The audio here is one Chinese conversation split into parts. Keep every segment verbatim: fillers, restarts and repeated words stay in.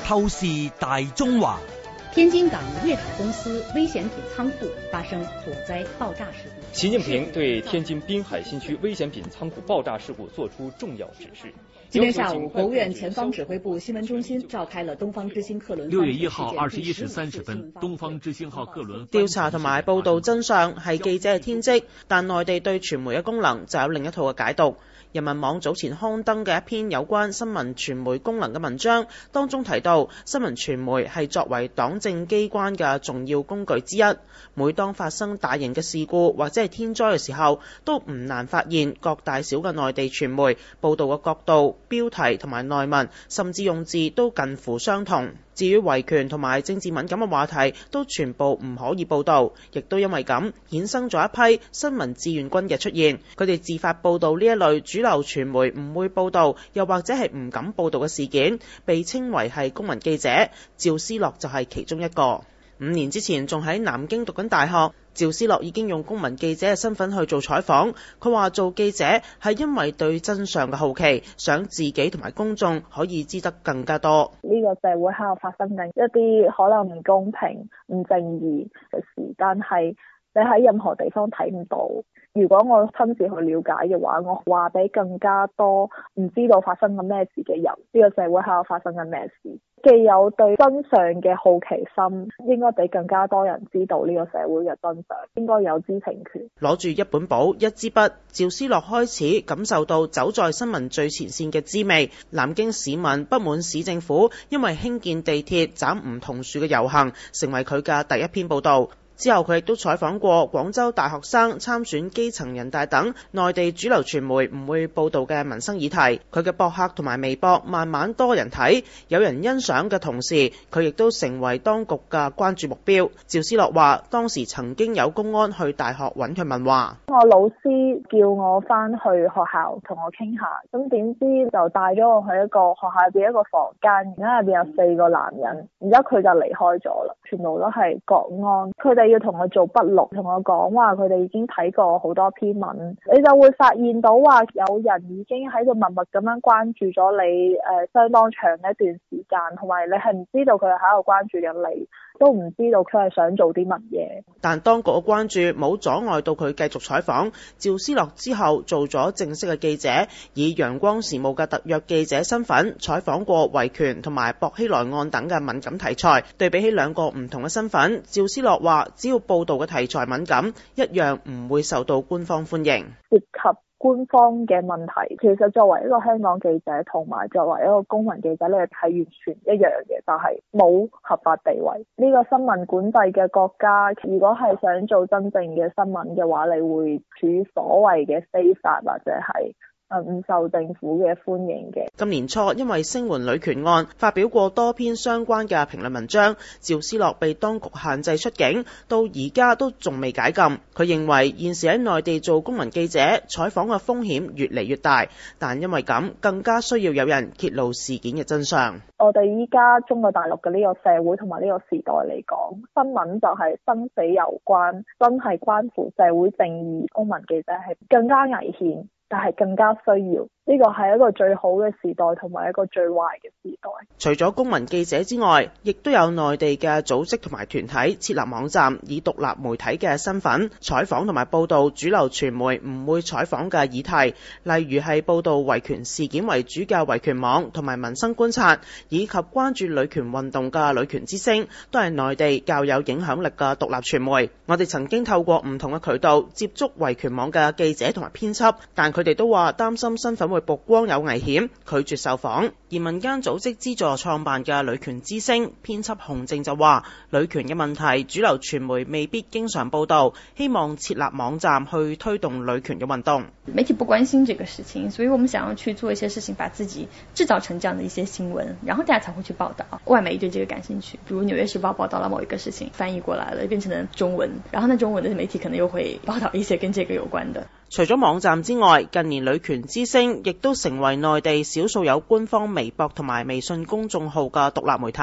透視大中華。 天津港粤海公司危险品仓库发生火灾爆炸事故。 习近平对天津滨海新区危险品仓库爆炸事故作出重要指示。 今天下午，国务院前方指挥部新闻中心召开了东方之星客轮。 六月一號二十一時三十分，東方之星號客輪。 調查同埋報導真相係記者嘅天職，但內地對傳媒嘅功能就有另一套嘅解讀。人民網早前刊登嘅一篇有關新聞傳媒功能嘅文章，當中提到新聞傳媒係作為黨政機關嘅重要工具之一。每當發生大型嘅事故或者係天災嘅時候，都唔難發現各大小嘅內地傳媒報導嘅角度、標題同埋內文，甚至用字都近乎相同。至於維權同埋政治敏感嘅話題，都全部唔可以報導，亦都因為咁衍生咗一批新聞志願軍嘅出現。佢哋自發報導呢一類主流傳媒唔會報導，又或者係唔敢報導嘅事件，被稱為係公民記者。趙思樂就係其中一個。五年之前仲喺南京讀緊大學，趙思樂已經用公民記者嘅身份去做採訪。佢話做記者係因為對真相嘅好奇，想自己同埋公眾可以知得更加多。 呢個社會喺度發生緊一啲可能唔公平、唔正義嘅事，但係你喺任何地方睇唔到。如果我親自去了解嘅話，我話俾更加多唔知道發生緊咩事嘅人，呢個社會喺度發生緊咩事。既有對真相嘅好奇心，應該俾更加多人知道呢個社會嘅真相，應該有知情權。 攞住一本簿、一支筆，趙思樂開始感受到走在新聞最前線嘅滋味。南京市民不滿市政府因為興建地鐵斬唔同樹嘅遊行，成為佢嘅第一篇報導。之後佢亦都採訪過廣州大學生參選基層人大等內地主流傳媒唔會報導嘅民生議題。佢嘅博客同埋微博慢慢多人睇，有人欣賞嘅同時，佢亦都成為當局嘅關注目標。趙思樂話當時曾經有公安去大學揾佢問話， 我老師叫我翻去學校同我傾下，咁點知就帶咗我去一個學校入邊一個房間，而家入邊有四個男人，然之後佢就離開咗啦，全部都係國安，佢哋要同我做筆錄，同我講話佢哋已經睇過好多篇文，你就會發現到話有人已經喺度默默咁樣關注咗你誒、呃、相當長一段時間，同埋你係唔知道佢喺度關注緊你，都唔知道佢係想做啲乜嘢。但當局嘅關注冇阻礙到佢繼續採訪。趙思樂之後做咗正式嘅記者，以陽光時務嘅特約記者身份採訪過維權同埋薄熙來案等嘅敏感題材。對比起兩個唔同嘅身份，趙思樂話只要報導嘅題材敏感，一樣唔會受到官方歡迎。涉及官方嘅問題，其實作為一個香港記者同埋作為一個公民記者咧，係完全一樣嘅，但係冇合法地位。呢個新聞管制嘅國家，如果係想做真正嘅新聞嘅話，你會處於所謂嘅非法或者係唔受政府嘅歡迎嘅。今年初因為聲援女權案發表過多篇相關嘅評論文章，趙思樂被當局限制出境，到而家都仲未解禁。佢認為現時喺內地做公民記者採訪嘅風險越嚟越大，但因為咁更加需要有人揭露事件嘅真相。我哋依家中國大陸嘅呢個社會同埋呢個時代嚟講，新聞就係生死攸關，真係關乎社會正義，公民記者係更加危險，但係更加需要。呢個係一個最好嘅時代同埋一個最壞嘅時代。除咗公民記者之外，亦都有內地嘅組織同埋團體設立網站，以獨立媒體嘅身份採訪同埋報導主流傳媒唔會採訪嘅議題，例如係報導維權事件為主嘅維權網同埋民生觀察，以及關注女權運動嘅女權之聲，都係內地較有影響力嘅獨立傳媒。我哋曾經透過唔同嘅渠道接觸維權網嘅記者同埋編輯，但佢哋都話擔心身份會曝光有危險，拒絕受訪。而民間組織資助創辦嘅女權之聲編輯洪正就話，女權嘅問題主流傳媒未必經常報道，希望設立網站去推動女權嘅運動。 媒體不關心這個事情，所以我們想要去做一些事情，把自己製造成這樣的一些新聞，然後大家才會去報道。外媒對這個感興趣，比如紐約時報報道了某一個事情，翻譯過來了，變成了中文，然後呢中文的媒體可能又會報道一些跟這個有關的。除咗網站之外，近年女權之聲亦都成為內地少數有官方微博同埋微信公眾號嘅獨立媒體。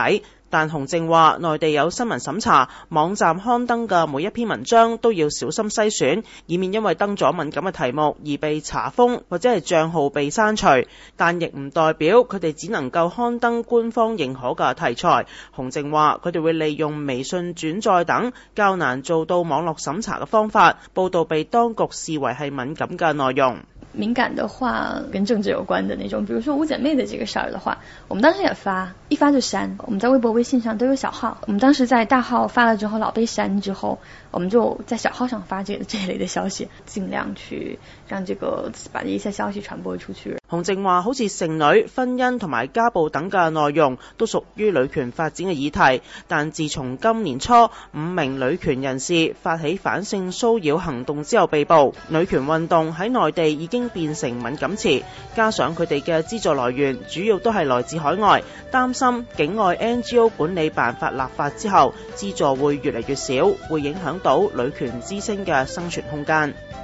但洪正話，內地有新聞審查，網站刊登嘅每一篇文章都要小心篩選，以免因為登咗敏感嘅題目而被查封或者係帳號被刪除。但亦唔代表佢哋只能夠刊登官方認可嘅題材。洪正話，佢哋會利用微信轉載等較難做到網絡審查嘅方法，報導被當局視為係敏感嘅內容。 敏感的話，跟政治有關的那種，比如說五姐妹的這個事兒的話，我們當時也發，一發就刪。我們在微博、微信上都有小號，我們當時在大號發了之後，老被刪之後，我們就在小號上發這這類的消息，盡量去讓這個把一些消息傳播出去。 洪正話，好似剩女、婚姻同埋家暴等嘅內容都屬於女權發展嘅議題，但自從今年初五名女權人士發起反性騷擾行動之後被捕，女權運動喺內地已經變成敏感詞，加上佢哋嘅資助來源主要都係來自海外，擔心境外 N G O 管理辦法立法之後，資助會越嚟越少，會影響到女權之聲嘅生存空間。